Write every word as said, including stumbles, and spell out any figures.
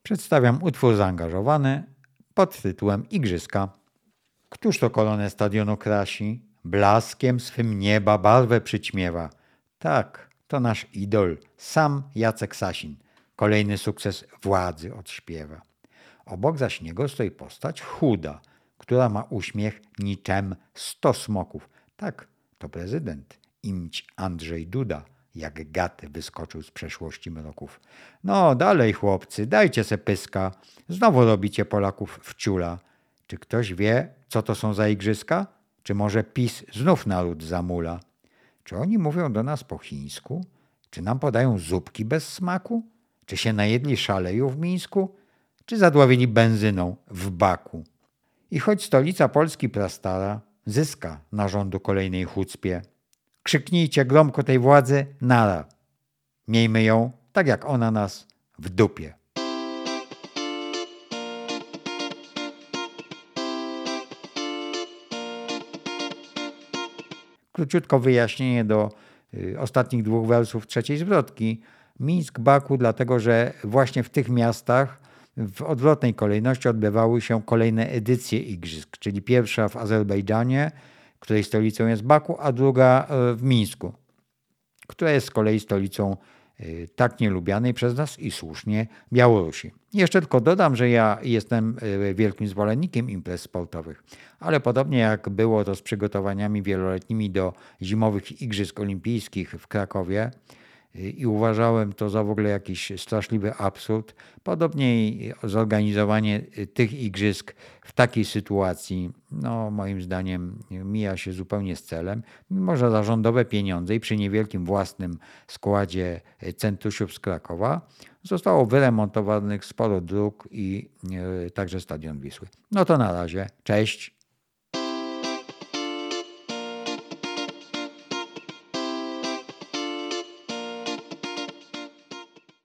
Przedstawiam utwór zaangażowany pod tytułem Igrzyska. Któż to kolonę stadionu krasi? Blaskiem swym nieba barwę przyćmiewa. Tak, to nasz idol, sam Jacek Sasin. Kolejny sukces władzy odśpiewa. Obok zaś niego stoi postać chuda, która ma uśmiech niczem sto smoków. Tak, to prezydent, imć Andrzej Duda, jak gad wyskoczył z przeszłości mroków. No dalej chłopcy, dajcie se pyska, znowu robicie Polaków w ciula. Czy ktoś wie, co to są za igrzyska? Czy może PiS znów naród zamula? Czy oni mówią do nas po chińsku? Czy nam podają zupki bez smaku? Czy się najedli szaleju w Mińsku? Czy zadławili benzyną w Baku? I choć stolica Polski prastara zyska na rządu kolejnej chucpie, krzyknijcie gromko tej władzy nara. Miejmy ją, tak jak ona nas, w dupie. Króciutko wyjaśnienie do y, ostatnich dwóch wersów trzeciej zwrotki. Mińsk, Baku, dlatego że właśnie w tych miastach w odwrotnej kolejności odbywały się kolejne edycje igrzysk, czyli pierwsza w Azerbejdżanie, której stolicą jest Baku, a druga w Mińsku, która jest z kolei stolicą tak nielubianej przez nas i słusznie Białorusi. Jeszcze tylko dodam, że ja jestem wielkim zwolennikiem imprez sportowych, ale podobnie jak było to z przygotowaniami wieloletnimi do zimowych Igrzysk Olimpijskich w Krakowie i uważałem to za w ogóle jakiś straszliwy absurd, podobnie zorganizowanie tych igrzysk w takiej sytuacji, no moim zdaniem mija się zupełnie z celem, mimo że za rządowe pieniądze i przy niewielkim własnym składzie centusiów z Krakowa zostało wyremontowanych sporo dróg i także Stadion Wisły. No to na razie, cześć.